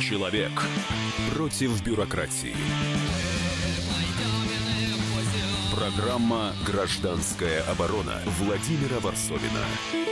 Человек против бюрократии. Программа «Гражданская оборона» Владимира Варсовина.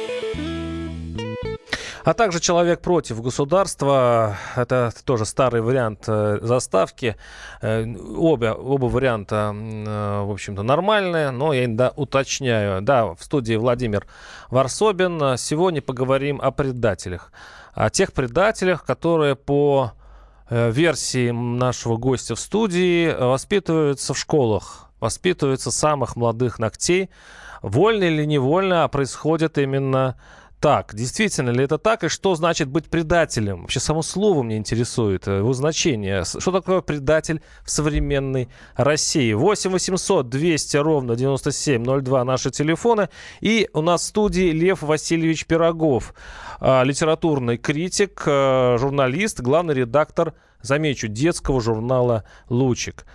А также «Человек против государства». Это тоже старый вариант заставки. Оба варианта, в общем-то, нормальные, но я иногда уточняю. Да, в студии Владимир Варсобин. Сегодня поговорим о предателях. О тех предателях, которые по версии нашего гостя в студии воспитываются в школах. Воспитываются с самых молодых ногтей. Вольно или невольно, а происходит именно так. Действительно ли это так? И что значит быть предателем? Вообще само слово меня интересует, его значение. Что такое предатель в современной России? 8 800 200 ровно 9702 наши телефоны. И у нас в студии Лев Васильевич Пирогов, литературный критик, журналист, главный редактор, замечу, детского журнала «Лучик».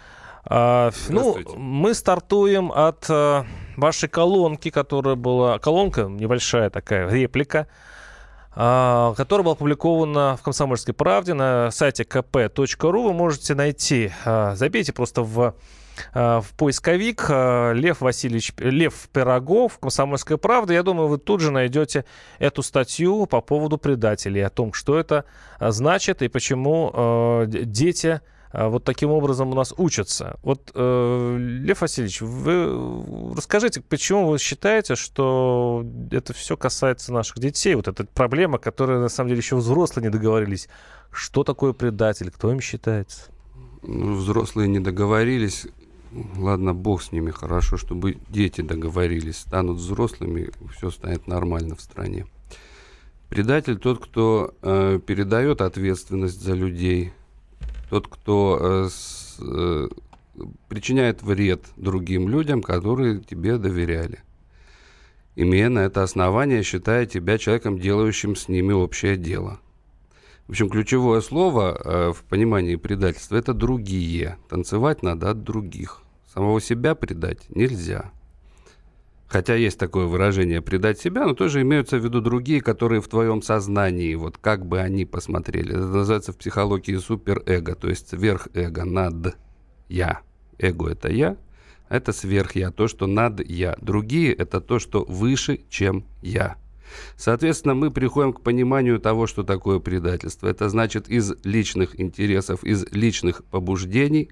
Мы стартуем от вашей колонки, которая была... Колонка, небольшая такая реплика, которая была опубликована в «Комсомольской правде» на сайте kp.ru. Вы можете найти, забейте просто в поисковик Лев Пирогов, «Комсомольская правда». Я думаю, вы тут же найдете эту статью по поводу предателей, о том, что это значит и почему дети вот таким образом у нас учатся. Вот, Лев Васильевич, вы расскажите, почему вы считаете, что это все касается наших детей? Вот эта проблема, которая, на самом деле, еще взрослые не договорились. Что такое предатель? Кто им считается? Взрослые не договорились. Ладно, бог с ними. Хорошо, чтобы дети договорились. Станут взрослыми, все станет нормально в стране. Предатель тот, кто передает ответственность за людей, тот, кто причиняет вред другим людям, которые тебе доверяли. Имея на это основание, считая тебя человеком, делающим с ними общее дело. В общем, ключевое слово в понимании предательства – это «другие». Танцевать надо от других. Самого себя предать нельзя. Хотя есть такое выражение «предать себя», но тоже имеются в виду другие, которые в твоем сознании, вот как бы они посмотрели. Это называется в психологии суперэго, то есть сверхэго, над я. Эго – это я, а это сверхя, то, что над я. Другие – это то, что выше, чем я. Соответственно, мы приходим к пониманию того, что такое предательство. Это значит из личных интересов, из личных побуждений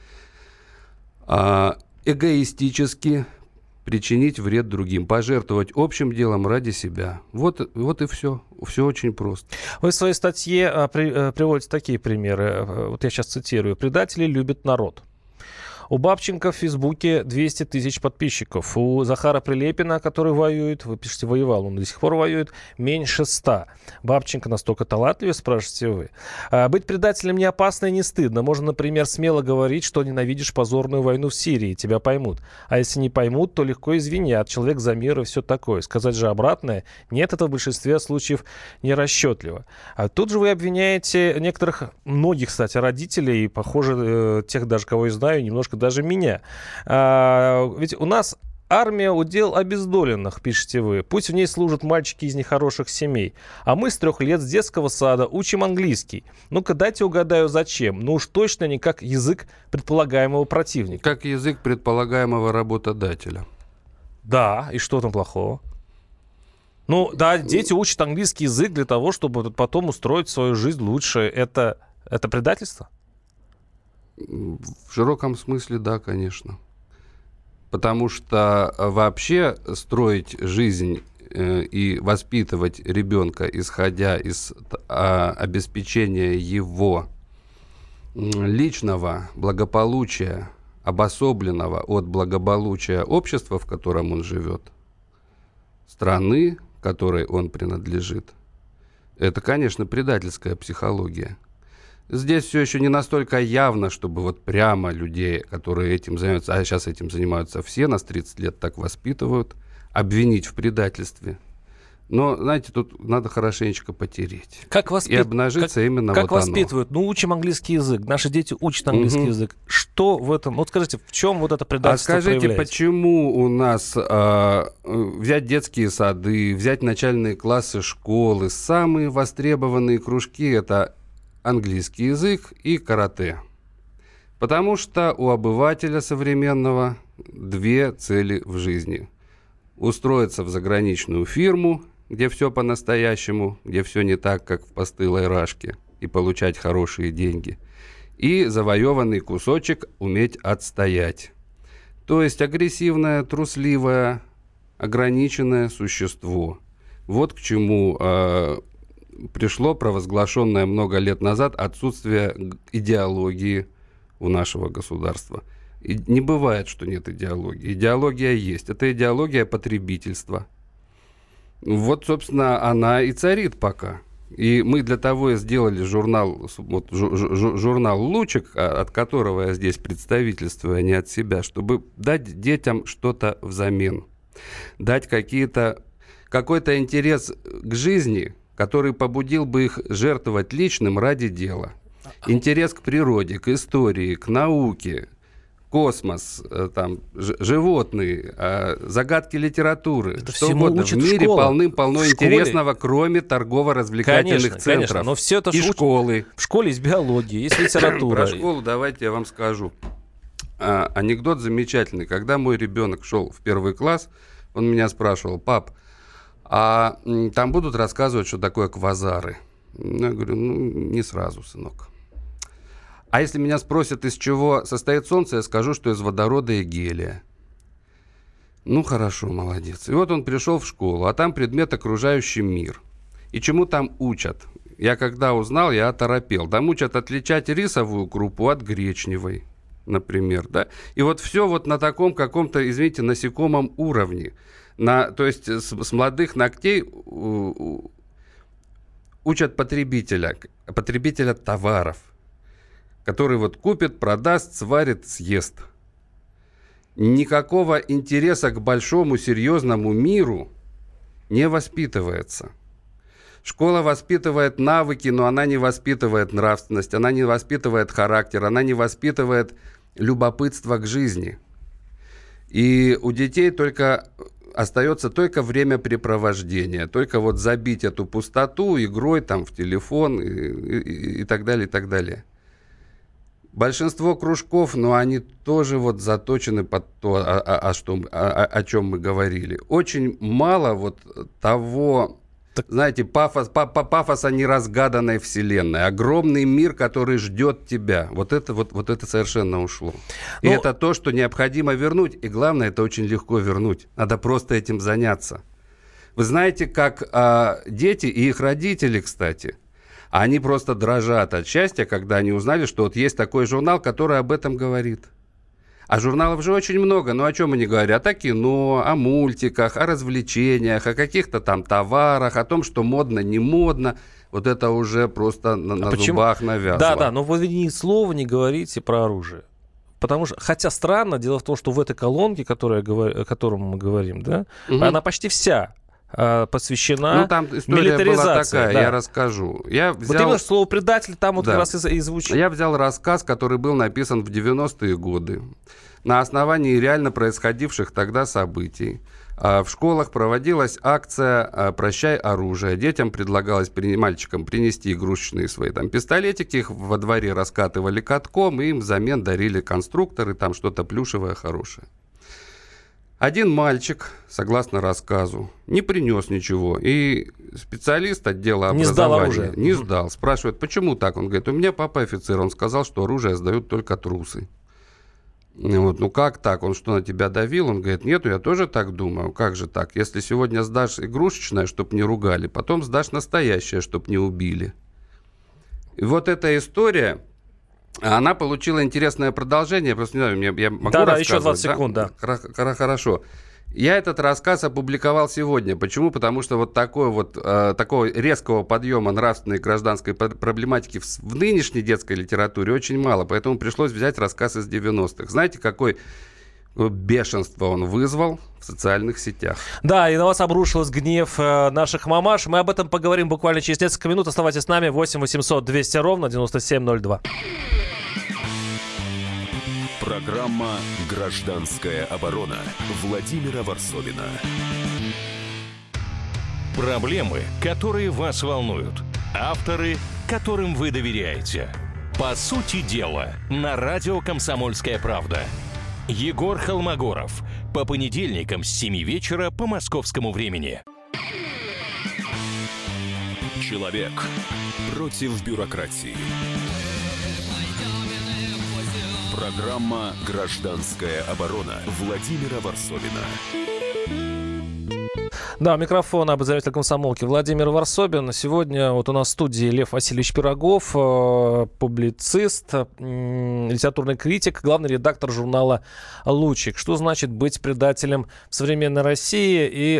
эгоистически причинить вред другим, пожертвовать общим делом ради себя. Вот и все. Все очень просто. Вы в своей статье приводите такие примеры. Вот я сейчас цитирую. «Предатели любят народ». У Бабченко в Фейсбуке 200 тысяч подписчиков. У Захара Прилепина, который воюет, вы пишете, воевал, он до сих пор воюет, меньше 100. Бабченко настолько талантливый, спрашиваете вы. Быть предателем не опасно и не стыдно. Можно, например, смело говорить, что ненавидишь позорную войну в Сирии, тебя поймут. А если не поймут, то легко извинят. Человек за мир и все такое. Сказать же обратное, нет, это в большинстве случаев нерасчетливо. А тут же вы обвиняете многих, кстати, родителей, похоже, тех даже, кого я знаю, немножко даже меня. Ведь у нас армия удел обездоленных, пишете вы. Пусть в ней служат мальчики из нехороших семей. А мы с 3 лет с детского сада учим английский. Ну-ка, дайте угадаю, зачем. Ну уж точно не как язык предполагаемого противника. Как язык предполагаемого работодателя. Да, и что там плохого? Ну, да, дети учат английский язык для того, чтобы потом устроить свою жизнь лучше. Это предательство? В широком смысле, да, конечно. Потому что вообще строить жизнь и воспитывать ребенка, исходя из обеспечения его личного благополучия, обособленного от благополучия общества, в котором он живет, страны, которой он принадлежит, это, конечно, предательская психология. Здесь все еще не настолько явно, чтобы вот прямо людей, которые этим занимаются, а сейчас этим занимаются все, нас 30 лет так воспитывают, обвинить в предательстве. Но, знаете, тут надо хорошенечко потереть. И обнажиться именно как вот оно. Как воспитывают? Ну, учим английский язык. Наши дети учат английский язык. Что в этом? Вот скажите, в чем вот это предательство проявляется? А скажите, почему у нас взять детские сады, взять начальные классы школы, самые востребованные кружки — это английский язык и карате. Потому что у обывателя современного две цели в жизни. Устроиться в заграничную фирму, где все по-настоящему, где все не так, как в постылой рашке, и получать хорошие деньги. И завоеванный кусочек уметь отстоять. То есть агрессивное, трусливое, ограниченное существо. Вот к чему пришло провозглашенное много лет назад отсутствие идеологии у нашего государства. И не бывает, что нет идеологии. Идеология есть. Это идеология потребительства. Вот, собственно, она и царит пока. И мы для того и сделали журнал, вот, журнал «Лучик», от которого я здесь представительствую, а не от себя, чтобы дать детям что-то взамен. Дать какой-то интерес к жизни, который побудил бы их жертвовать личным ради дела. Интерес к природе, к истории, к науке, космос, там, животные, загадки литературы. Это что угодно. В мире полным-полно интересного, кроме торгово-развлекательных центров. Конечно, но все это и школы. В школе есть биология, есть литература. Про школу давайте я вам скажу. Анекдот замечательный. Когда мой ребенок шел в 1 класс, он меня спрашивал: пап, а там будут рассказывать, что такое квазары? Я говорю, не сразу, сынок. А если меня спросят, из чего состоит Солнце, я скажу, что из водорода и гелия. Ну, хорошо, молодец. И вот он пришел в школу, а там предмет «Окружающий мир». И чему там учат? Я когда узнал, я оторопел. Там учат отличать рисовую крупу от гречневой, например, да? И вот все вот на таком каком-то, извините, насекомом уровне. То есть с молодых ногтей учат потребителя товаров, который вот купит, продаст, сварит, съест. Никакого интереса к большому серьезному миру не воспитывается. Школа воспитывает навыки, но она не воспитывает нравственность, она не воспитывает характер, она не воспитывает любопытство к жизни. И у детей остается только времяпрепровождение, только вот забить эту пустоту игрой там в телефон и так далее, и так далее. Большинство кружков, но они тоже вот заточены под то, о чем мы говорили. Очень мало вот того, знаете, пафоса неразгаданной вселенной. Огромный мир, который ждет тебя. Вот это совершенно ушло. И это то, что необходимо вернуть. И главное, это очень легко вернуть. Надо просто этим заняться. Вы знаете, как дети и их родители, кстати, они просто дрожат от счастья, когда они узнали, что вот есть такой журнал, который об этом говорит. А журналов же очень много. Но о чем они говорят? О кино, о мультиках, о развлечениях, о каких-то там товарах, о том, что модно, не модно. Вот это уже просто на зубах навязано. Да, но вы ни слова не говорите про оружие. Потому что, хотя странно, дело в том, что в этой колонке, о которой мы говорим, да, она почти вся посвящена там история была такая, да. Я расскажу. Вот именно слово «предатель» там вот как раз и звучит. Я взял рассказ, который был написан в 90-е годы на основании реально происходивших тогда событий. В школах проводилась акция «Прощай оружие». Детям предлагалось, мальчикам, принести игрушечные свои там пистолетики, их во дворе раскатывали катком, и им взамен дарили конструкторы, там что-то плюшевое, хорошее. Один мальчик, согласно рассказу, не принес ничего. И специалист отдела образования не сдал. Спрашивает, почему так? Он говорит, у меня папа офицер. Он сказал, что оружие сдают только трусы. Вот, ну как так? Он что, на тебя давил? Он говорит, нет, я тоже так думаю. Как же так? Если сегодня сдашь игрушечное, чтоб не ругали, потом сдашь настоящее, чтоб не убили. И вот эта история... Она получила интересное продолжение. Я просто не знаю, я могу рассказывать? Да, еще 20 секунд, да. Хорошо. Я этот рассказ опубликовал сегодня. Почему? Потому что вот такого резкого подъема нравственной и гражданской проблематики в нынешней детской литературе очень мало. Поэтому пришлось взять рассказ из 90-х. Знаете, какое бешенство он вызвал в социальных сетях? Да, и на вас обрушился гнев наших мамаш. Мы об этом поговорим буквально через несколько минут. Оставайтесь с нами. 8 800 200 ровно 9702. Программа «Гражданская оборона» Владимира Варсовина. Проблемы, которые вас волнуют. Авторы, которым вы доверяете. По сути дела, на радио «Комсомольская правда». Егор Холмогоров. По понедельникам с 7 вечера по московскому времени. Человек против бюрократии. Программа «Гражданская оборона» Владимира Варсобина. Да, микрофон обозреватель комсомолки Владимир Варсобин. Сегодня вот у нас в студии Лев Васильевич Пирогов, публицист, литературный критик, главный редактор журнала «Лучик». Что значит быть предателем в современной России? И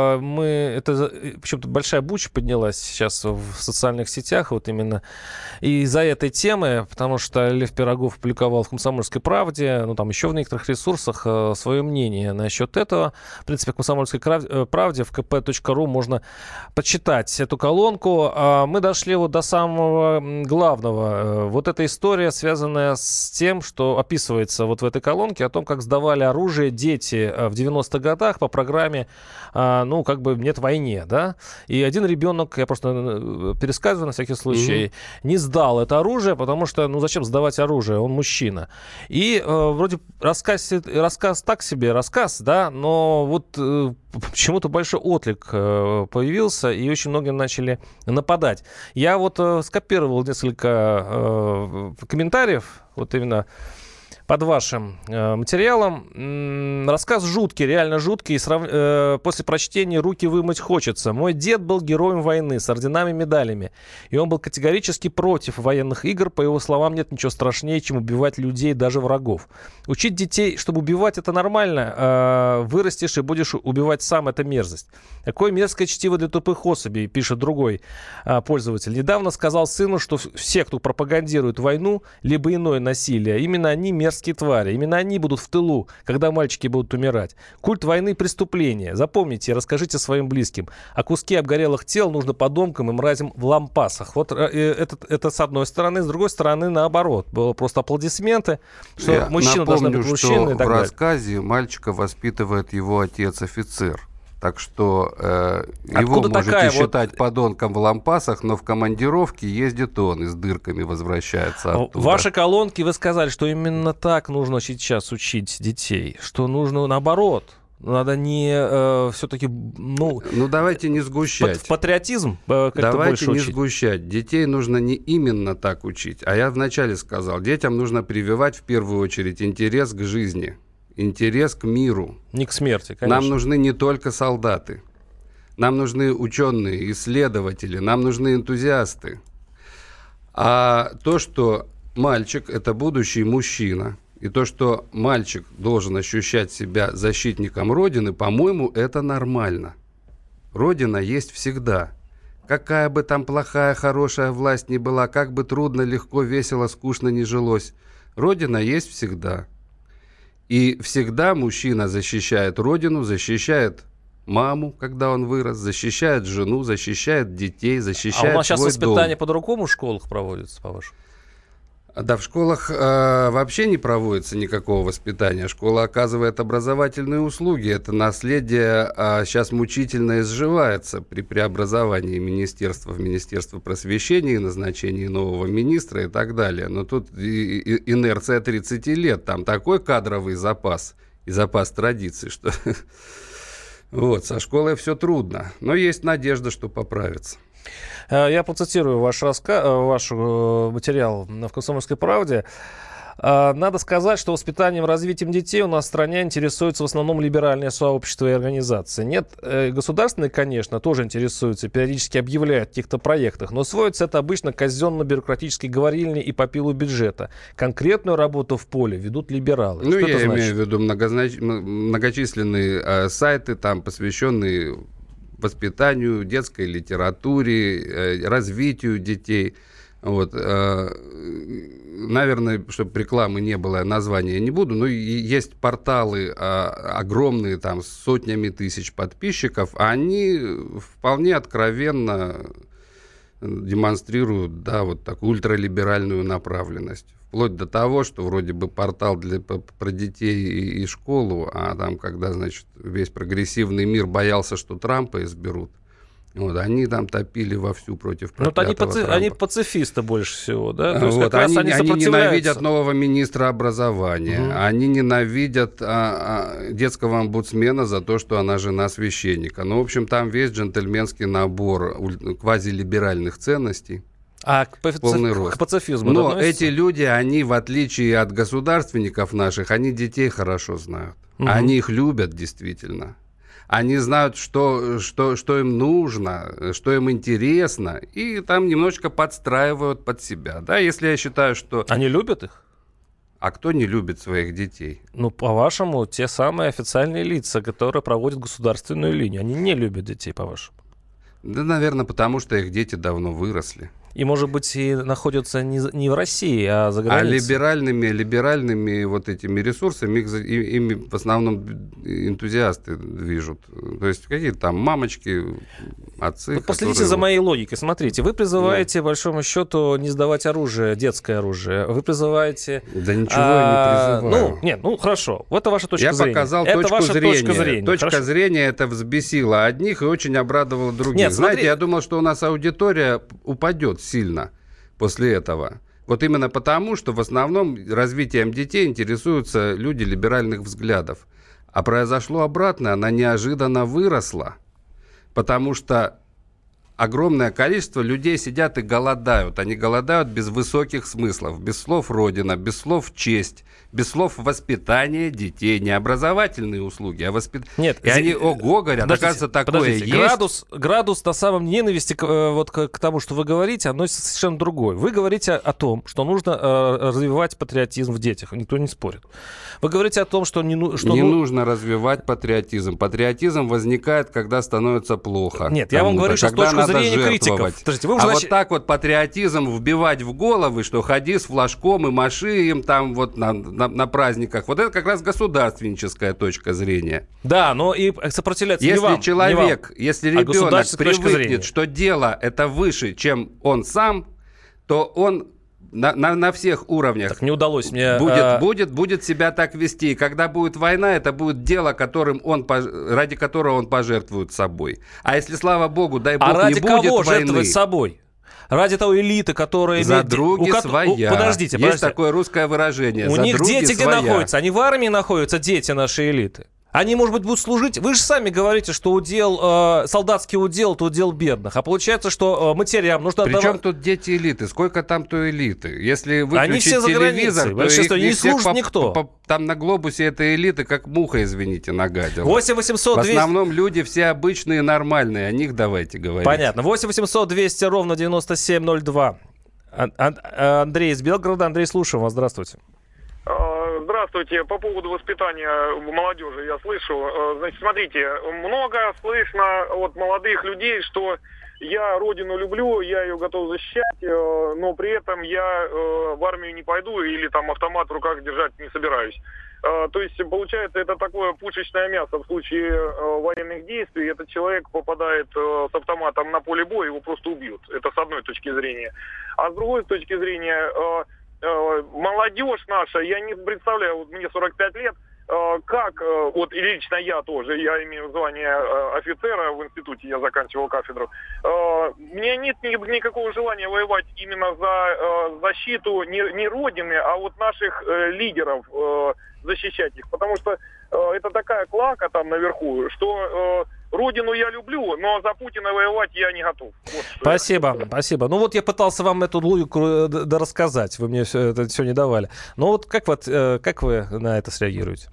почему-то большая буча поднялась сейчас в социальных сетях вот именно из-за этой темы, потому что Лев Пирогов публиковал в «Комсомольской правде», ну там еще в некоторых ресурсах свое мнение насчет этого. В принципе, в «Комсомольской правде» в kp.ru можно почитать эту колонку. Мы дошли вот до самого главного. Вот эта история, связанная с тем, что описывается вот в этой колонке, о том, как сдавали оружие дети в 90-х годах по программе «Нет войне», да? И один ребенок, я просто пересказываю на всякий случай, не сдал это оружие, потому что, зачем сдавать оружие? Он мужчина. И вроде рассказ так себе, да, но вот почему-то большой отклик появился, и очень многие начали нападать. Я вот скопировал несколько комментариев, вот именно под вашим материалом. Рассказ жуткий, реально жуткий. После прочтения руки вымыть хочется. Мой дед был героем войны с орденами и медалями. И он был категорически против военных игр. По его словам, нет ничего страшнее, чем убивать людей, даже врагов. Учить детей, чтобы убивать, это нормально. Вырастешь и будешь убивать сам, это мерзость. Какое мерзкое чтиво для тупых особей, пишет другой пользователь. Недавно сказал сыну, что все, кто пропагандирует войну, либо иное насилие, именно они мерзкие твари. Именно они будут в тылу, когда мальчики будут умирать. Культ войны – преступление. Запомните и расскажите своим близким. А куски обгорелых тел нужно подонкам и мразям в лампасах. Вот это с одной стороны. С другой стороны, наоборот. Было просто аплодисменты, что мужчина должен быть мужчиной и так далее. В рассказе мальчика воспитывает его отец-офицер. Так что его можете считать подонком в лампасах, но в командировке ездит он и с дырками возвращается оттуда. В вашей колонке вы сказали, что именно так нужно сейчас учить детей, что нужно наоборот. Надо не все-таки... давайте не сгущать. В патриотизм как-то больше учить. Давайте не сгущать. Детей нужно не именно так учить. А я вначале сказал, детям нужно прививать в первую очередь интерес к жизни. Интерес к миру. Не к смерти, конечно. Нам нужны не только солдаты. Нам нужны ученые, исследователи, нам нужны энтузиасты. А то, что мальчик – это будущий мужчина, и то, что мальчик должен ощущать себя защитником Родины, по-моему, это нормально. Родина есть всегда. Какая бы там плохая, хорошая власть ни была, как бы трудно, легко, весело, скучно ни жилось, Родина есть всегда. И всегда мужчина защищает родину, защищает маму, когда он вырос, защищает жену, защищает детей, защищает свой дом. А у нас сейчас воспитание по-другому в школах проводится, по-вашему? Да, в школах вообще не проводится никакого воспитания. Школа оказывает образовательные услуги. Это наследие сейчас мучительно изживается при преобразовании министерства в Министерство просвещения и назначении нового министра и так далее. Но тут инерция 30 лет. Там такой кадровый запас и запас традиций, что со школой все трудно. Но есть надежда, что поправится. Я процитирую ваш материал в «Комсомольской правде». Надо сказать, что воспитанием и развитием детей у нас в стране интересуются в основном либеральные сообщества и организации. Нет, государственные, конечно, тоже интересуются, периодически объявляют о каких-то проектах, но сводится это обычно к казенно-бюрократической говорильне и попилу бюджета. Конкретную работу в поле ведут либералы. Что я имею в виду многочисленные сайты, там, посвященные воспитанию, детской литературе, развитию детей. Наверное, чтобы рекламы не было, названия не буду, но есть порталы огромные, там, с сотнями тысяч подписчиков, они вполне откровенно демонстрируют, такую ультралиберальную направленность. Вплоть до того, что вроде бы портал про детей и школу, а там, когда, весь прогрессивный мир боялся, что Трампа изберут, Вот, они там топили вовсю против проклятого Трампа. Они пацифисты больше всего, да? То есть Вот, как раз они ненавидят сопротивляются. нового министра образования, они ненавидят детского омбудсмена за то, что она жена священника. Ну, в общем, там весь джентльменский набор квазилиберальных ценностей. А к Полный рост. пацифизму Но относится? эти люди, они, в отличие от государственников наших, они детей хорошо знают. Они их любят действительно. Они знают, что им нужно, что им интересно, и там немножечко подстраивают под себя. Да, если я считаю, что... Они любят их? А кто не любит своих детей? Ну, по-вашему, те самые официальные лица, которые проводят государственную линию, они не любят детей, по-вашему? Да, наверное, потому что их дети давно выросли. И, может быть, и находятся не в России, а за А границей. либеральными вот этими ресурсами ими в основном энтузиасты движут. То есть какие-то там мамочки, отцы. Вот последите за моей логикой. Смотрите, вы призываете, по большому счету, не сдавать оружие, детское оружие. Вы призываете... Да ничего я не призываю. Ну, хорошо. Это ваша точка зрения. Я показал это точку зрения. Точка хорошо. зрения это взбесила одних и очень обрадовала других. Нет, Знаете, смотри... я думал, что у нас аудитория упадет сильно после этого. Вот именно потому, что в основном развитием детей интересуются люди либеральных взглядов. А произошло обратное, она неожиданно выросла, потому что огромное количество людей сидят и голодают. Они голодают без высоких смыслов, без слов «родина», без слов «честь», без слов «воспитание детей», не образовательные услуги, а воспитание. Нет, и они, ого, говорят, оказывается, такое есть. Градус на самом ненависти к тому, что вы говорите, относится совершенно другой. Вы говорите о том, что нужно развивать патриотизм в детях. Никто не спорит. Вы говорите о том, что не нужно развивать патриотизм. Патриотизм возникает, когда становится плохо. Нет, я вам говорю сейчас с точки зрения критиков. Подождите, вот так вот патриотизм вбивать в головы, что ходи с флажком и маши им там вот на праздниках. Вот это как раз государственническая точка зрения. Да, но и сопротивляться если не вам. Человек, если ребенок привыкнет, что дело это выше, чем он сам, то он на всех уровнях так не удалось мне, будет себя так вести. И когда будет война, это будет дело, ради которого он пожертвует собой. А если, слава богу, дай бог, ради не будет кого войны... жертвовать собой? Ради того элиты, которая... За други своя. Подождите. Есть такое русское выражение. У них дети своя. где находятся? Они в армии находятся, дети нашей элиты. Они, может быть, будут служить... Вы же сами говорите, что солдатский удел — это удел бедных. А получается, что матерям нужно отдавать... Причем тут дети элиты? Сколько там той элиты? Если выключить они все за телевизор, границей. то не служит никто. Там на глобусе этой элиты как муха, извините, нагадила. 8 800 200... В основном люди все обычные, нормальные. О них давайте говорить. Понятно. 8 800 200 ровно 9702. Андрей из Белгорода. Андрей, слушаем вас. Здравствуйте. Здравствуйте. По поводу воспитания молодежи я слышу. Значит, смотрите, много слышно от молодых людей, что я родину люблю, я ее готов защищать, но при этом я в армию не пойду или там автомат в руках держать не собираюсь. То есть, получается, это такое пушечное мясо в случае военных действий. Этот человек попадает с автоматом на поле боя, его просто убьют. Это с одной точки зрения. А с другой точки зрения... молодежь наша, я не представляю, вот мне 45 лет, как, вот и лично я тоже, я имею звание офицера в институте, я заканчивал кафедру, у меня нет никакого желания воевать именно за защиту не Родины, а вот наших лидеров, защищать их, потому что это такая клака там наверху, что... Родину я люблю, но за Путина воевать я не готов. Вот Спасибо. Ну вот я пытался вам эту логику рассказать, вы мне это все не давали. Но вот как вы на это среагируете?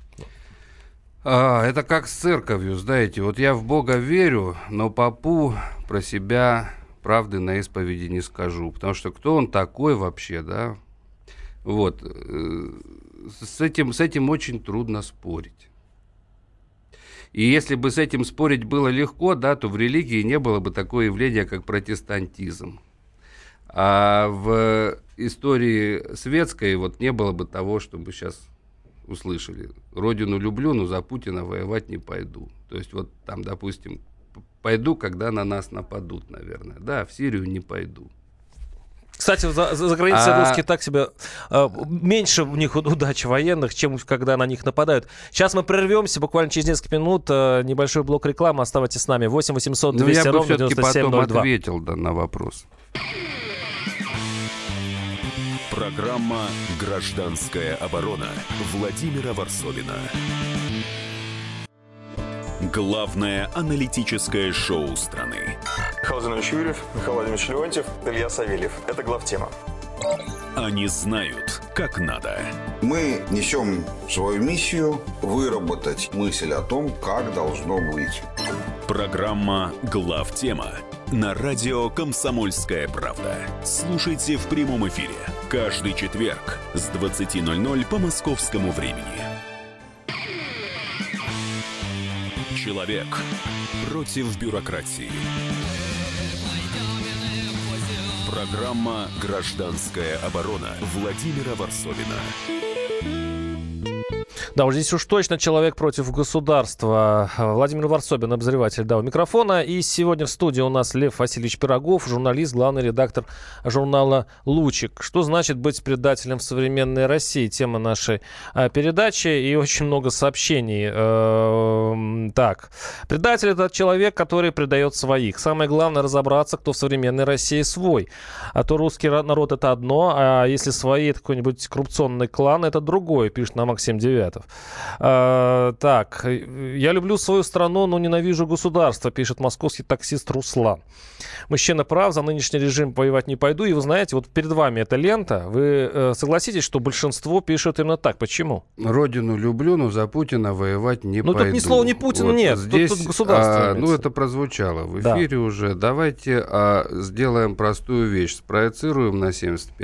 Это как с церковью, знаете. Вот я в Бога верю, но попу про себя правды на исповеди не скажу. Потому что кто он такой вообще, да? Вот. С этим очень трудно спорить. И если бы с этим спорить было легко, да, то в религии не было бы такого явления, как протестантизм. А в истории светской вот не было бы того, что мы сейчас услышали. Родину люблю, но за Путина воевать не пойду. То есть вот там, допустим, пойду, когда на нас нападут, наверное. Да, в Сирию не пойду. Кстати, за границей русские так себе... меньше у них удачи военных, чем когда на них нападают. Сейчас мы прервемся, буквально через несколько минут. Небольшой блок рекламы. Оставайтесь с нами. 8 800 200 ровно 9702. Я бы все-таки потом ответил на вопрос. Программа «Гражданская оборона» Владимира Варсовина. Главное аналитическое шоу страны. Михаил Владимирович Юрьев, Михаил Владимирович Леонтьев, Илья Савельев. Это главтема. Они знают, как надо. Мы несем свою миссию выработать мысль о том, как должно быть. Программа «Главтема» на радио «Комсомольская правда». Слушайте в прямом эфире каждый четверг с 20:00 по московскому времени. Человек против бюрократии. Программа «Гражданская оборона» Владимира Варсовина. Да, вот здесь уж точно человек против государства. Владимир Варсобин, обозреватель, у микрофона. И сегодня в студии у нас Лев Васильевич Пирогов, журналист, главный редактор журнала «Лучик». Что значит быть предателем в современной России? Тема нашей передачи и очень много сообщений. Так, предатель — это человек, который предает своих. Самое главное — разобраться, кто в современной России свой. А то русский народ — это одно, а если свои — это какой-нибудь коррупционный клан — это другое, пишет нам Максим Девятов. Так, я люблю свою страну, но ненавижу государство, пишет московский таксист Руслан. Мужчина прав, за нынешний режим воевать не пойду. И вы знаете, вот перед вами эта лента. Вы согласитесь, что большинство пишет именно так? Почему? Родину люблю, но за Путина воевать не пойду. Ну тут ни слова не Путина вот нет, здесь, тут государство. это прозвучало в эфире уже. Давайте сделаем простую вещь. Спроецируем на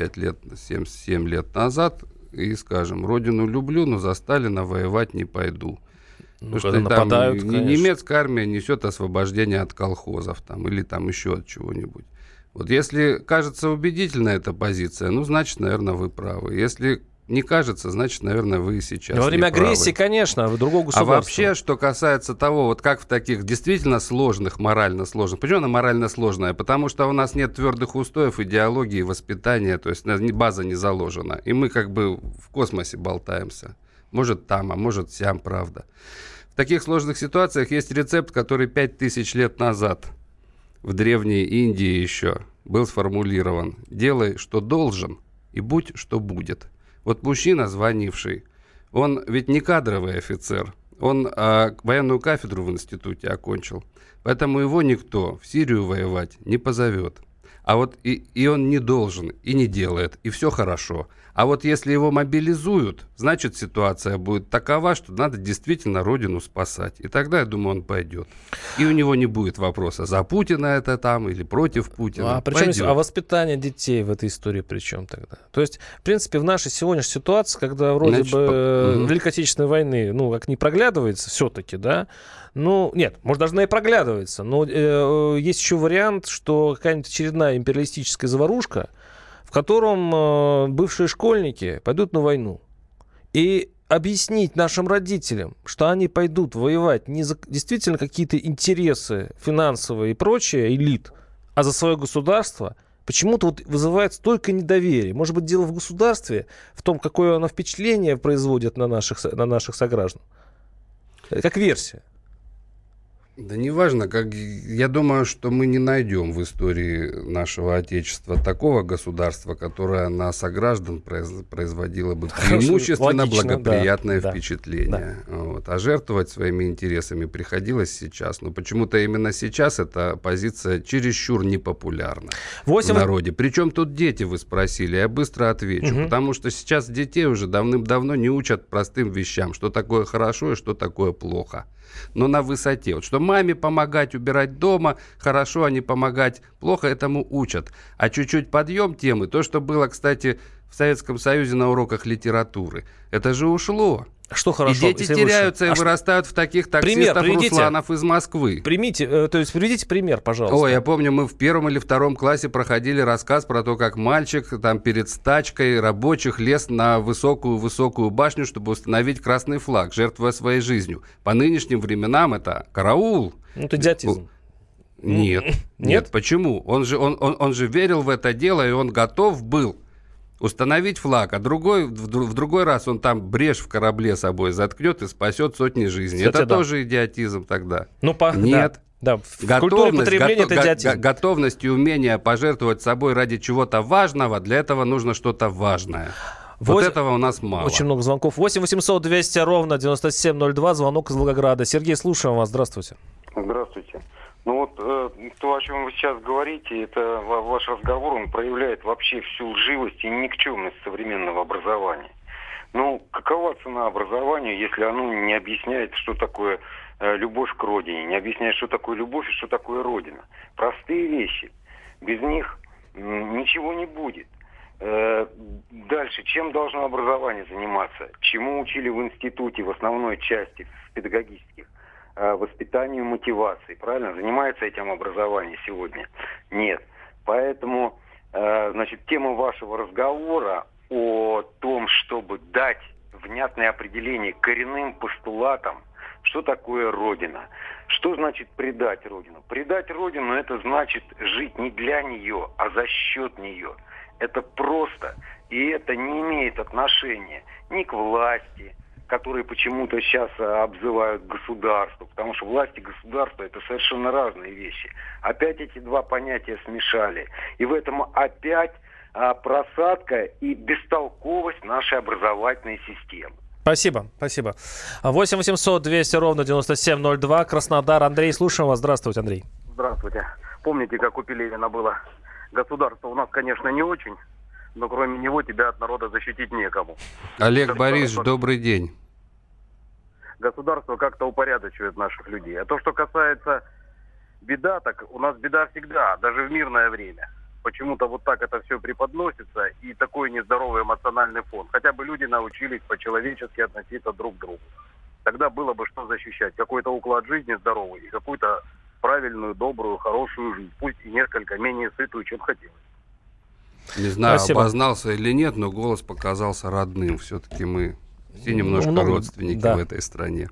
77 лет назад и скажем: родину люблю, но за Сталина воевать не пойду. Потому что нападают, там немецкая армия несет освобождение от колхозов там, или там еще от чего-нибудь. Вот если кажется убедительна эта позиция, значит, наверное, вы правы. Если не кажется, значит, наверное, вы сейчас во время неправы. Агрессии, конечно, другого государства. А вообще, что касается того, вот как в таких действительно сложных, морально сложных, почему она морально сложная? Потому что у нас нет твердых устоев, идеологии, воспитания, то есть база не заложена. И мы как бы в космосе болтаемся. Может там, а может сям, правда. В таких сложных ситуациях есть рецепт, который 5000 лет назад в Древней Индии еще был сформулирован. Делай, что должен, и будь, что будет. Вот мужчина, звонивший, он ведь не кадровый офицер, он военную кафедру в институте окончил, поэтому его никто в Сирию воевать не позовет. А вот и он не должен, и не делает, и все хорошо. А вот если его мобилизуют, значит, ситуация будет такова, что надо действительно родину спасать. И тогда, я думаю, он пойдет. И у него не будет вопроса, за Путина это там или против Путина. А воспитание детей в этой истории при чем тогда? То есть, в принципе, в нашей сегодняшней ситуации, когда вроде бы Великой Отечественной войны, как не проглядывается все-таки, да? Нет, может, даже и проглядывается. Но есть еще вариант, что какая-нибудь очередная империалистическая заварушка, в котором бывшие школьники пойдут на войну. И объяснить нашим родителям, что они пойдут воевать не за действительно какие-то интересы финансовые и прочее, элит, а за свое государство, почему-то вызывает столько недоверия. Может быть, дело в государстве, в том, какое оно впечатление производит на наших сограждан. Как версия. Да неважно, я думаю, что мы не найдем в истории нашего Отечества такого государства, которое на сограждан производило бы преимущественно благоприятное впечатление. Да. Вот. А жертвовать своими интересами приходилось сейчас. Но почему-то именно сейчас эта позиция чересчур непопулярна в народе. Причем тут дети, вы спросили, я быстро отвечу. Потому что сейчас детей уже давным-давно не учат простым вещам, что такое хорошо и что такое плохо. Но на высоте. Вот что маме помогать убирать дома, хорошо, а не помогать плохо, этому учат. А чуть-чуть подъем темы, то, что было, кстати, в Советском Союзе на уроках литературы, это же ушло. Что хорошо? И дети теряются и вырастают в таких таксистов Русланов из Москвы. Приведите пример, пожалуйста. Я помню, мы в 1 или 2 классе проходили рассказ про то, как мальчик там перед стачкой рабочих лез на высокую башню, чтобы установить красный флаг, жертвуя своей жизнью. По нынешним временам это караул. Это идиотизм. Нет. Нет? Почему? Он же верил в это дело, и он готов был установить флаг, а в другой раз он там брешь в корабле собой заткнет и спасет сотни жизней. Кстати, это тоже идиотизм тогда. Нет. Да, в культуре потребления это идиотизм. Готовность и умение пожертвовать собой ради чего-то важного, для этого нужно что-то важное. Вот этого у нас мало. Очень много звонков. 8 800 200 ровно 9702. Звонок из Волгограда. Сергей, слушаем вас. Здравствуйте. Здравствуйте. Ну вот то, о чем вы сейчас говорите, это ваш разговор, он проявляет вообще всю лживость и никчемность современного образования. Ну, какова цена образованию, если оно не объясняет, что такое любовь к родине, не объясняет, что такое любовь и что такое родина? Простые вещи. Без них ничего не будет. Дальше, чем должно образование заниматься? Чему учили в институте, в основной части, в педагогических? Воспитанию, мотивации, правильно? Занимается этим образование сегодня? Нет. Поэтому, значит, тема вашего разговора о том, чтобы дать внятное определение коренным постулатам, что такое Родина. Что значит предать Родину? Предать Родину – это значит жить не для нее, а за счет нее. Это просто, и это не имеет отношения ни к власти, которые почему-то сейчас обзывают государство, потому что власть и государство – это совершенно разные вещи. Опять эти два понятия смешали. И в этом опять просадка и бестолковость нашей образовательной системы. Спасибо. 8 800 200 ровно 9702. Краснодар. Андрей, слушаем вас. Здравствуйте, Андрей. Здравствуйте. Помните, как у Пелевина было? Государство у нас, конечно, не очень, но кроме него тебя от народа защитить некому. Олег Борисович, добрый день. Государство как-то упорядочивает наших людей. А то, что касается беда, так у нас беда всегда, даже в мирное время. Почему-то вот так это все преподносится, и такой нездоровый эмоциональный фон. Хотя бы люди научились по-человечески относиться друг к другу. Тогда было бы что защищать. Какой-то уклад жизни здоровый и какую-то правильную, добрую, хорошую жизнь. Пусть и несколько менее сытую, чем хотелось. Не знаю, обознался или нет, но голос показался родным. Все-таки мы все немножко родственники в этой стране.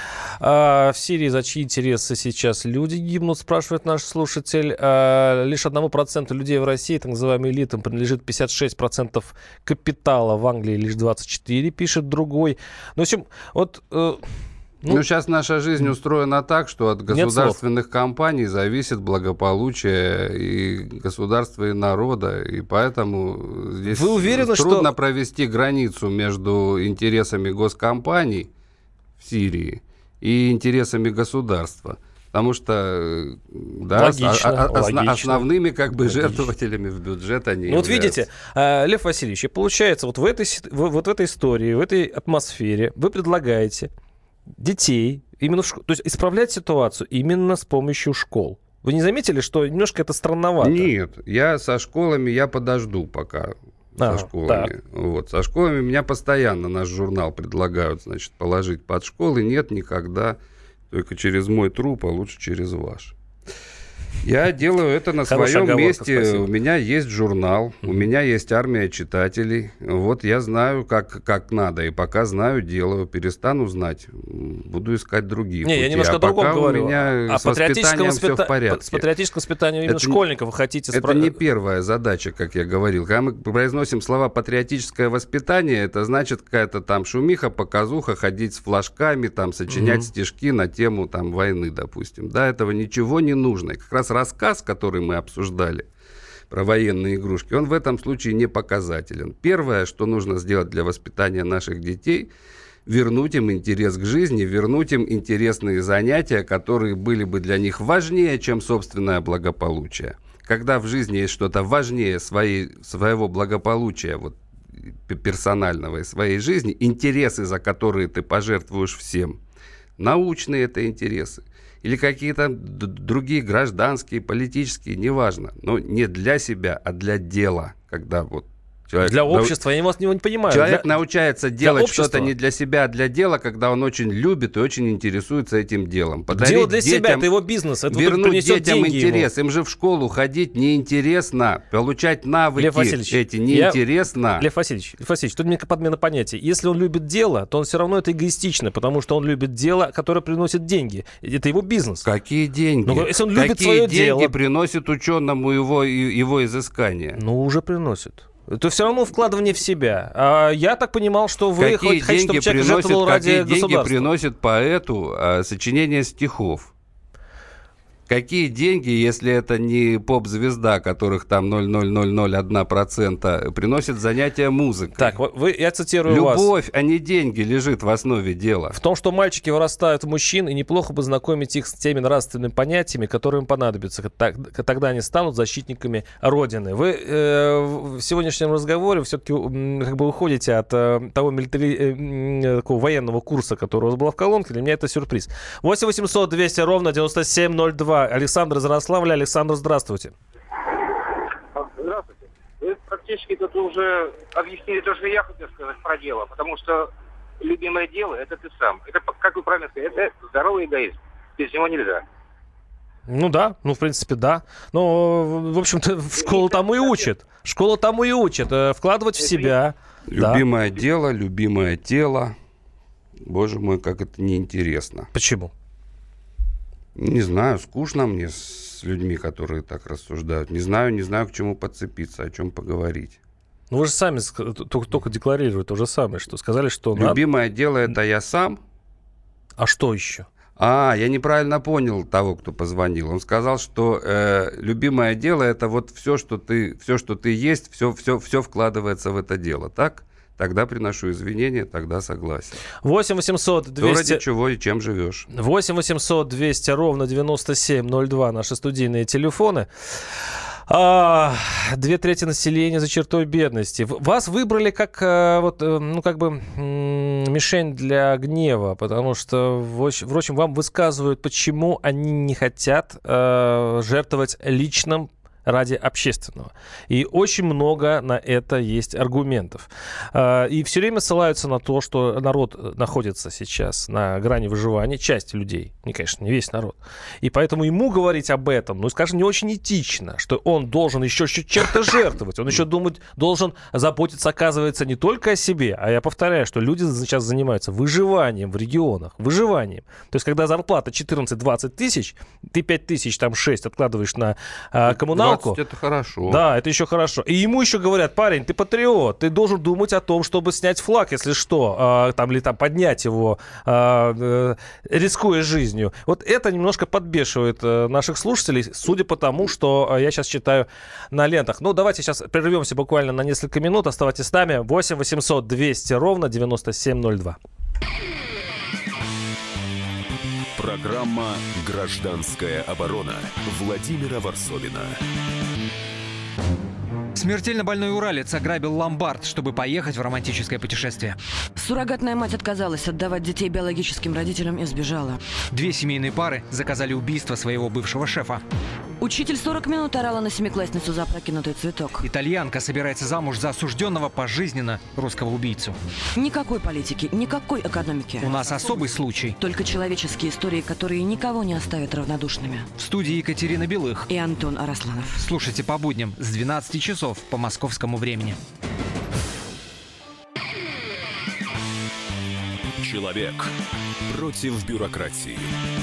В Сирии за чьи интересы сейчас люди гибнут, спрашивает наш слушатель. Лишь 1% людей в России, так называемым элитам, принадлежит 56% капитала. В Англии лишь 24%, пишет другой. Ну, в общем, вот... Ну, сейчас наша жизнь устроена так, что от государственных компаний зависит благополучие и государства, и народа, и поэтому здесь трудно провести границу между интересами госкомпаний в Сирии и интересами государства. Потому что основными жертвователями в бюджет они являются. Вот видите, Лев Васильевич, и получается, вот в этой истории, в этой атмосфере вы предлагаете детей именно то есть исправлять ситуацию именно с помощью школ. Вы не заметили, что немножко это странновато? Нет, я со школами подожду пока. Со школами. Вот, со школами меня постоянно наш журнал предлагают, значит, положить под школы. Нет, никогда. Только через мой труп, а лучше через ваш. Я делаю это на своем месте. Спасибо. У меня есть журнал, у меня есть армия читателей. Вот я знаю, как надо. И пока знаю, делаю. Перестану знать, буду искать другие пути. Я немножко о другом говорю. У меня с воспитанием все в порядке. С патриотическим воспитанием именно школьников вы хотите... Это не первая задача, как я говорил. Когда мы произносим слова «патриотическое воспитание», это значит какая-то там шумиха, показуха, ходить с флажками, там, сочинять стишки на тему там, войны, допустим. Да, этого ничего не нужно. И как раз рассказ, который мы обсуждали про военные игрушки, он в этом случае не показателен. Первое, что нужно сделать для воспитания наших детей, вернуть им интерес к жизни, вернуть им интересные занятия, которые были бы для них важнее, чем собственное благополучие. Когда в жизни есть что-то важнее своего благополучия, вот, персонального и своей жизни, интересы, за которые ты пожертвуешь всем, научные это интересы, или какие-то другие гражданские, политические, неважно, но не для себя, а для дела, когда вот Для общества, я вас не понимаю. Человек научается делать что-то не для себя, а для дела, когда он очень любит и очень интересуется этим делом. Дело для себя, это его бизнес. Это вернуть детям интерес. Им же в школу ходить неинтересно, получать навыки эти неинтересно. Лев Васильевич, тут мне подмена понятий. Если он любит дело, то он все равно это эгоистично, потому что он любит дело, которое приносит деньги. Это его бизнес. Какие деньги? Но если он любит свое деньги дело... приносит ученому его изыскание? Ну, уже приносит. Это все равно вкладывание в себя. А я так понимал, что вы хотите, чтобы человек жертвовал ради государства. Какие деньги приносит поэту сочинение стихов? Какие деньги, если это не поп-звезда, которых там 0,0001%, приносит занятия музыкой? Так, я цитирую вас. Любовь, а не деньги, лежит в основе дела. В том, что мальчики вырастают в мужчин, и неплохо бы знакомить их с теми нравственными понятиями, которые им понадобятся. Тогда они станут защитниками Родины. Вы в сегодняшнем разговоре все-таки как бы уходите от того такого военного курса, который у вас был в колонке. Для меня это сюрприз. 8 800 200 ровно 9702. Александр из Ярославля. Александр, здравствуйте. Здравствуйте. Вы практически тут уже объяснили то, что я хотел сказать про дело, потому что любимое дело – это ты сам. Это, как вы правильно сказали, это здоровый эгоизм. Без него нельзя. Ну да, в принципе, да. Но, в общем-то, школа тому и учит. Школа тому и учит. Вкладывать в себя. Любимое дело, любимое тело. Боже мой, как это неинтересно. Почему? Не знаю, скучно мне с людьми, которые так рассуждают. Не знаю, к чему подцепиться, о чем поговорить. Ну вы же сами только декларируете то же самое, что сказали, что... Любимое дело – это я сам. А что еще? Я неправильно понял того, кто позвонил. Он сказал, что любимое дело – это вот все, что ты есть, все вкладывается в это дело, так? Тогда приношу извинения, тогда согласен. 8 800 200... ради чего и чем живешь. 8 800 200 ровно 9702 наши студийные телефоны. 2/3 населения за чертой бедности. Вас выбрали как, мишень для гнева, потому что, впрочем, вам высказывают, почему они не хотят жертвовать личным ради общественного. И очень много на это есть аргументов. И все время ссылаются на то, что народ находится сейчас на грани выживания, часть людей, конечно, не весь народ. И поэтому ему говорить об этом, скажем, не очень этично, что он должен еще чем-то жертвовать. Он еще должен заботиться, оказывается, не только о себе, а я повторяю, что люди сейчас занимаются выживанием в регионах, выживанием. То есть, когда зарплата 14-20 тысяч, ты 5 тысяч, там 6 откладываешь на коммуналку. Это хорошо. Да, это еще хорошо. И ему еще говорят: парень, ты патриот, ты должен думать о том, чтобы снять флаг, если что, или поднять его, рискуя жизнью. Вот это немножко подбешивает наших слушателей, судя по тому, что я сейчас читаю на лентах. Давайте сейчас прервемся буквально на несколько минут. Оставайтесь с нами. 8 800 200 ровно 9702. Программа «Гражданская оборона» Владимира Варсовина. Смертельно больной уралец ограбил ломбард, чтобы поехать в романтическое путешествие. Суррогатная мать отказалась отдавать детей биологическим родителям и сбежала. 2 семейные пары заказали убийство своего бывшего шефа. Учитель 40 минут орала на семиклассницу за опрокинутый цветок. Итальянка собирается замуж за осужденного пожизненно русского убийцу. Никакой политики, никакой экономики. У нас особый случай. Только человеческие истории, которые никого не оставят равнодушными. В студии Екатерина Белых и Антон Арасланов. Слушайте по будням с 12 часов по московскому времени. Человек против бюрократии.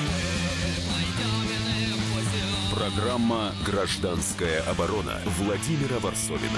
Программа «Гражданская оборона» Владимира Варсовина.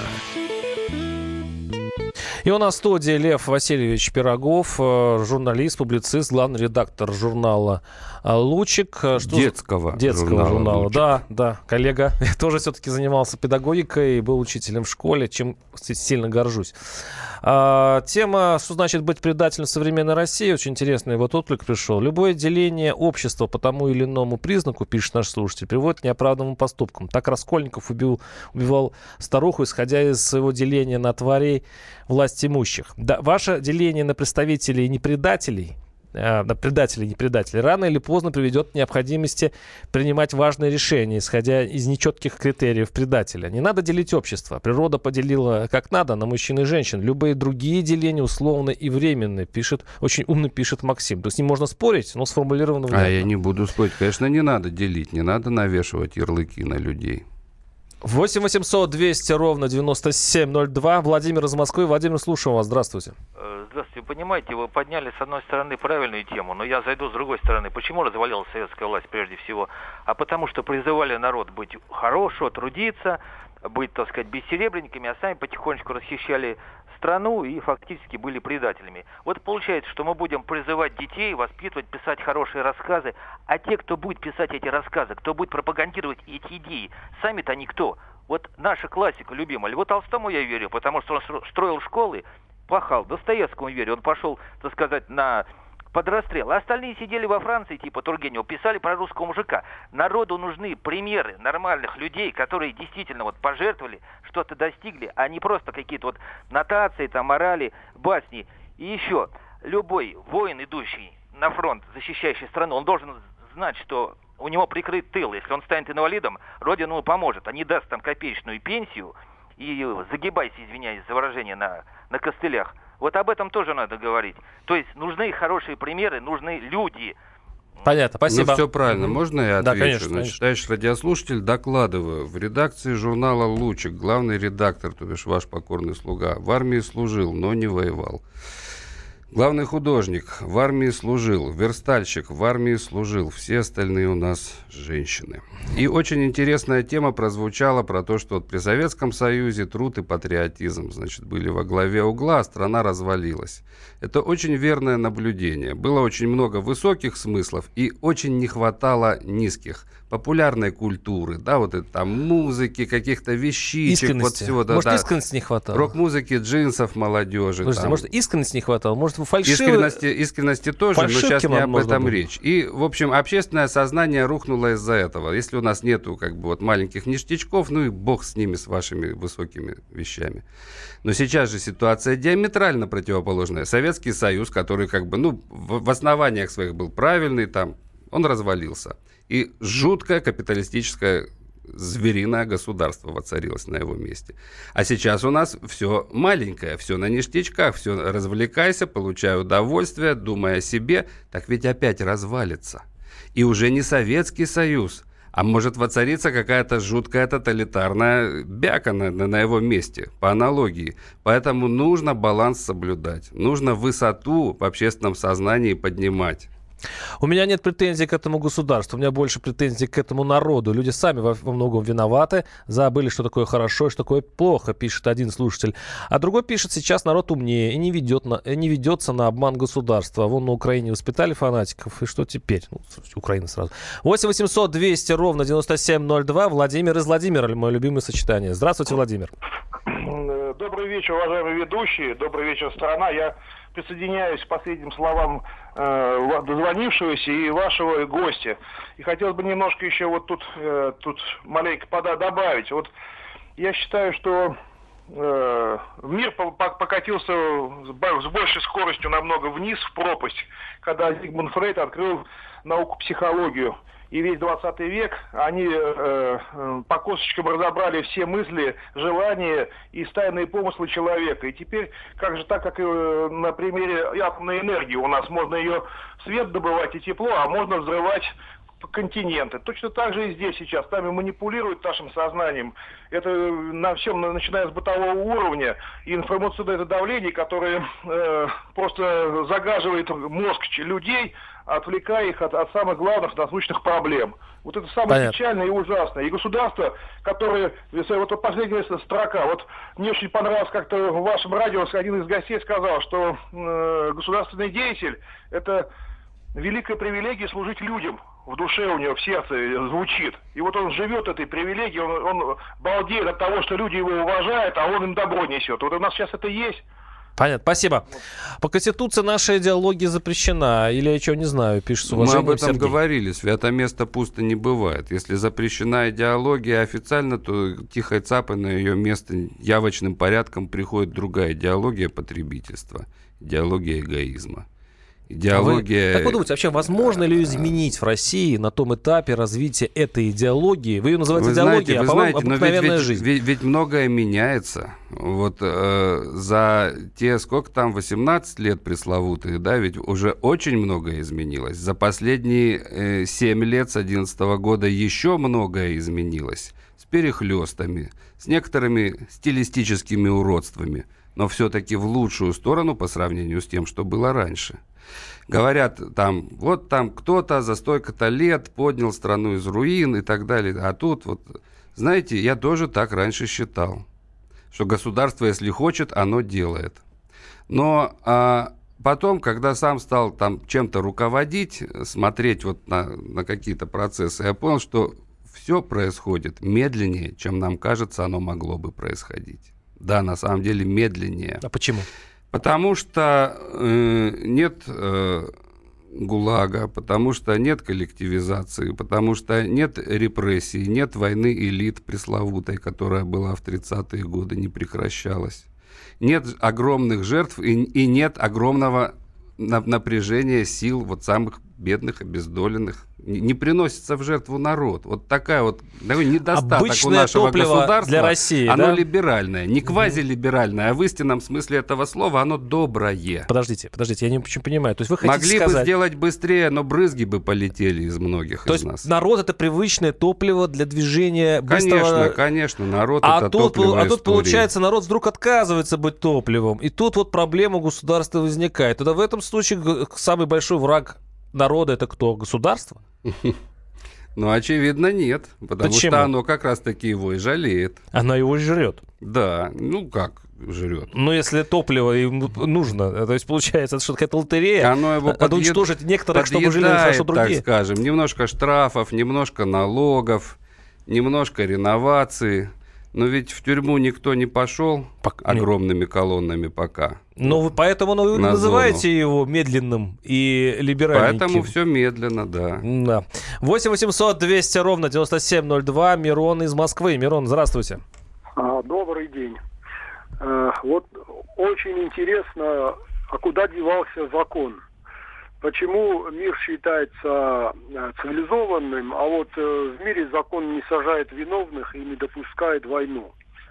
И у нас в студии Лев Васильевич Пирогов, журналист, публицист, главный редактор журнала «Лучик». Детского журнала. «Лучик». Да, коллега. Я тоже все-таки занимался педагогикой и был учителем в школе, чем сильно горжусь. Тема, что значит быть предателем в современной России, очень интересный вот отклик пришел. Любое деление общества по тому или иному признаку, пишет наш слушатель, приводит к неоправданным поступкам. Так Раскольников убивал старуху, исходя из своего деления на тварей власть имущих. Да, ваше деление на представителей и непредателей предатели, не предатели, рано или поздно приведет к необходимости принимать важные решения, исходя из нечетких критериев предателя. Не надо делить общество. Природа поделила как надо на мужчин и женщин. Любые другие деления условны и временны, очень умно пишет Максим. То есть с ним можно спорить, но сформулировано внятно. А я не буду спорить. Конечно, не надо делить, не надо навешивать ярлыки на людей. 8 800 200 ровно 9702. Владимир из Москвы. Владимир, слушаю вас. Здравствуйте. Здравствуйте. Вы понимаете, вы подняли, с одной стороны, правильную тему, но я зайду с другой стороны. Почему развалилась советская власть прежде всего? А потому что призывали народ быть хорошим, трудиться, быть, так сказать, бессеребренниками, а сами потихонечку расхищали страну и фактически были предателями. Вот получается, что мы будем призывать детей воспитывать, писать хорошие рассказы, а те, кто будет писать эти рассказы, кто будет пропагандировать эти идеи, сами-то они кто? Вот наша классика любимая. Льву Толстому я верю, потому что он строил школы, пахал. Достоевскому верю, он пошел, так сказать, под расстрел. А остальные сидели во Франции, типа Тургенева, писали про русского мужика. Народу нужны примеры нормальных людей, которые действительно вот пожертвовали, что-то достигли, а не просто какие-то вот нотации, там, морали, басни. И еще, любой воин, идущий на фронт, защищающий страну, он должен знать, что у него прикрыт тыл. Если он станет инвалидом, Родина ему поможет, а не даст там копеечную пенсию и загибайся, извиняюсь за выражение, на костылях. Вот об этом тоже надо говорить. То есть нужны хорошие примеры, нужны люди. Понятно, спасибо. Ну, все правильно. Можно я отвечу? Да, конечно. Значит, товарищ радиослушатель, докладываю. В редакции журнала «Лучик» главный редактор, то бишь ваш покорный слуга, в армии служил, но не воевал. Главный художник в армии служил, верстальщик в армии служил, все остальные у нас женщины. И очень интересная тема прозвучала про то, что вот при Советском Союзе труд и патриотизм, значит, были во главе угла, а страна развалилась. Это очень верное наблюдение. Было очень много высоких смыслов и очень не хватало низких. Популярной культуры, да, вот это там музыки, каких-то вещичек. Искренности. Вот всего, да, может, да. искренности не хватало? Рок-музыки, джинсов, молодежи. Слушайте, может, искренности не хватало? Может, фальшивые... Искренности тоже, но сейчас не об этом было. речь. И, в общем, общественное сознание рухнуло из-за этого. Если у нас нету, как бы, вот маленьких ништячков, ну и бог с ними, с вашими высокими вещами. Но сейчас же ситуация диаметрально противоположная. Советский Союз, который, как бы, ну, в основаниях своих был правильный, там, он развалился. И жуткое капиталистическое звериное государство воцарилось на его месте. А сейчас у нас все маленькое, все на ништячках, все развлекайся, получай удовольствие, думай о себе. Так ведь опять развалится. И уже не Советский Союз, а может воцариться какая-то жуткая тоталитарная бяка на его месте, по аналогии. Поэтому нужно баланс соблюдать, нужно высоту в общественном сознании поднимать. У меня нет претензий к этому государству, у меня больше претензий к этому народу. Люди сами во многом виноваты, забыли, что такое хорошо и что такое плохо, пишет один слушатель. А другой пишет, сейчас народ умнее и не ведется на обман государства. Вон на Украине воспитали фанатиков, и что теперь? Ну, Украина сразу. 8 800 200 ровно 9702. Владимир из Владимира, мое любимое сочетание. Здравствуйте, Владимир. Добрый вечер, уважаемые ведущие. Добрый вечер, страна. Я присоединяюсь к последним словам дозвонившегося и вашего гостя. И хотелось бы немножко еще вот тут маленько добавить. Вот я считаю, что мир покатился с большей скоростью намного вниз, в пропасть, когда Зигмунд Фрейд открыл науку психологию. И весь 20 век они по косточкам разобрали все мысли, желания и тайные помыслы человека. И теперь, как же так, как и на примере атомной энергии, у нас можно ее свет добывать и тепло, а можно взрывать континенты. Точно так же и здесь сейчас. Нами манипулируют нашим сознанием. Это на всем, начиная с бытового уровня, и информационное давление, которое просто загаживает мозг людей, отвлекая их от самых главных насущных проблем. Вот это самое печальное и ужасное. И государство, которое... Вот последняя строка. Вот мне очень понравилось, как-то в вашем радио один из гостей сказал, что государственный деятель — это великая привилегия служить людям. В душе у него, в сердце звучит. И вот он живет этой привилегией, он балдеет от того, что люди его уважают, а он им добро несет. Вот у нас сейчас это есть. Понятно, спасибо. По Конституции наша идеология запрещена. Или я чего не знаю, пишет с уважением Мы об этом Сергей. говорили. Свято место пусто не бывает. Если запрещена идеология официально, то тихой цапой на ее место явочным порядком приходит другая идеология потребительства. Идеология эгоизма. Идеология... Как вы думаете, вообще возможно ли ее изменить в России на том этапе развития этой идеологии? Вы ее называете идеологией, а по-моему, обыкновенная жизнь. Ведь многое меняется. Вот за те, сколько там, 18 лет пресловутых, да, ведь уже очень многое изменилось. За последние 7 лет с 2011 года еще многое изменилось. С перехлестами, с некоторыми стилистическими уродствами, но все-таки в лучшую сторону по сравнению с тем, что было раньше. Говорят, там, вот там кто-то за столько-то лет поднял страну из руин и так далее. А тут вот, знаете, я тоже так раньше считал, что государство, если хочет, оно делает. Но потом, когда сам стал там чем-то руководить, смотреть вот на какие-то процессы, я понял, что все происходит медленнее, чем нам кажется, оно могло бы происходить. Да, на самом деле медленнее. А почему? Потому что нет ГУЛАГа, потому что нет коллективизации, потому что нет репрессий, нет войны элит пресловутой, которая была в 30-е годы, не прекращалась. Нет огромных жертв и нет огромного напряжения сил вот самых бедных, обездоленных. Не приносится в жертву народ. Вот такой недостаток обычное у нашего государства. Для России, оно да? либеральное, не квазилиберальное, а в истинном смысле этого слова оно доброе. Подождите, я не очень понимаю. То есть вы хотите могли сказать... бы сделать быстрее, но брызги бы полетели из многих из нас. То есть народ — это привычное топливо для движения быстрого... Конечно, народ — это топливо истории. А тут, получается, народ вдруг отказывается быть топливом. И тут вот проблема государства возникает. Тогда в этом случае самый большой враг народа — это кто? Государство? Ну, очевидно, нет. Потому Почему? что оно как раз-таки его и жалеет. Оно его жрет? Да, ну как жрет? Ну, если топливо им нужно, то есть получается, это что, какая-то лотерея? Оно его уничтожить некоторых, чтобы жили хорошо другие? Так скажем. Немножко штрафов, немножко налогов, немножко реновации. Но ведь в тюрьму никто не пошел огромными колоннами пока. Ну, вы поэтому вы называете его медленным и либеральненьким. Поэтому все медленно, да. Да. 8 800 200 ровно 9702. Мирон из Москвы. Мирон, здравствуйте. Добрый день. Вот очень интересно, а куда девался закон? Почему мир считается цивилизованным, а вот в мире закон не сажает виновных и не допускает войну,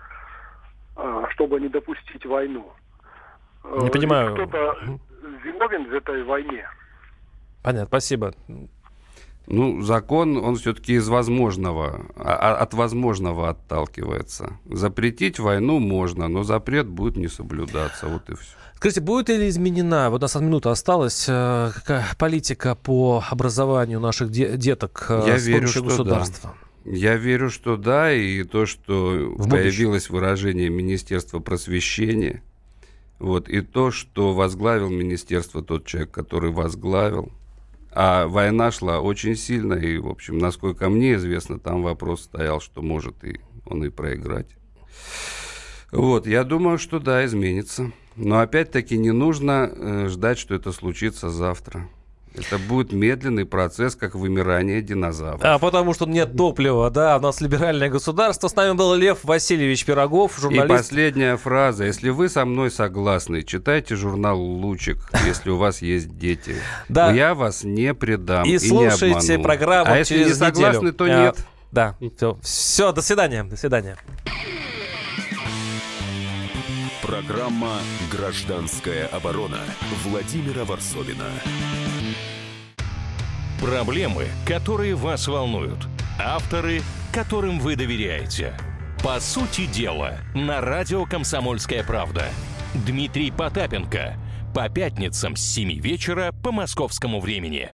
чтобы не допустить войну? Не понимаю. Кто-то виновен в этой войне? Понятно, спасибо. Ну, закон, он все-таки из возможного, от возможного отталкивается. Запретить войну можно, но запрет будет не соблюдаться, вот и все. Скажите, будет ли изменена, вот у нас минута осталась, какая политика по образованию наших деток с помощью государства? Да. Я верю, что да, и то, что появилось выражение Министерства просвещения, вот, и то, что возглавил министерство тот человек, который возглавил. А война шла очень сильно, и, в общем, насколько мне известно, там вопрос стоял, что может он и проиграть. Вот, я думаю, что да, изменится. Но опять-таки не нужно ждать, что это случится завтра. Это будет медленный процесс, как вымирание динозавров. Потому что нет топлива, да, у нас либеральное государство. С нами был Лев Васильевич Пирогов, журналист. И последняя фраза. Если вы со мной согласны, читайте журнал «Лучик», если у вас есть дети. Да. Я вас не предам и не обману. И слушайте программу через неделю. А если не согласны, то нет. Да, все, до свидания. До свидания. Программа «Гражданская оборона» Владимира Варсовина. Проблемы, которые вас волнуют. Авторы, которым вы доверяете. По сути дела, на радио «Комсомольская правда». Дмитрий Потапенко. По пятницам с 7 вечера по московскому времени.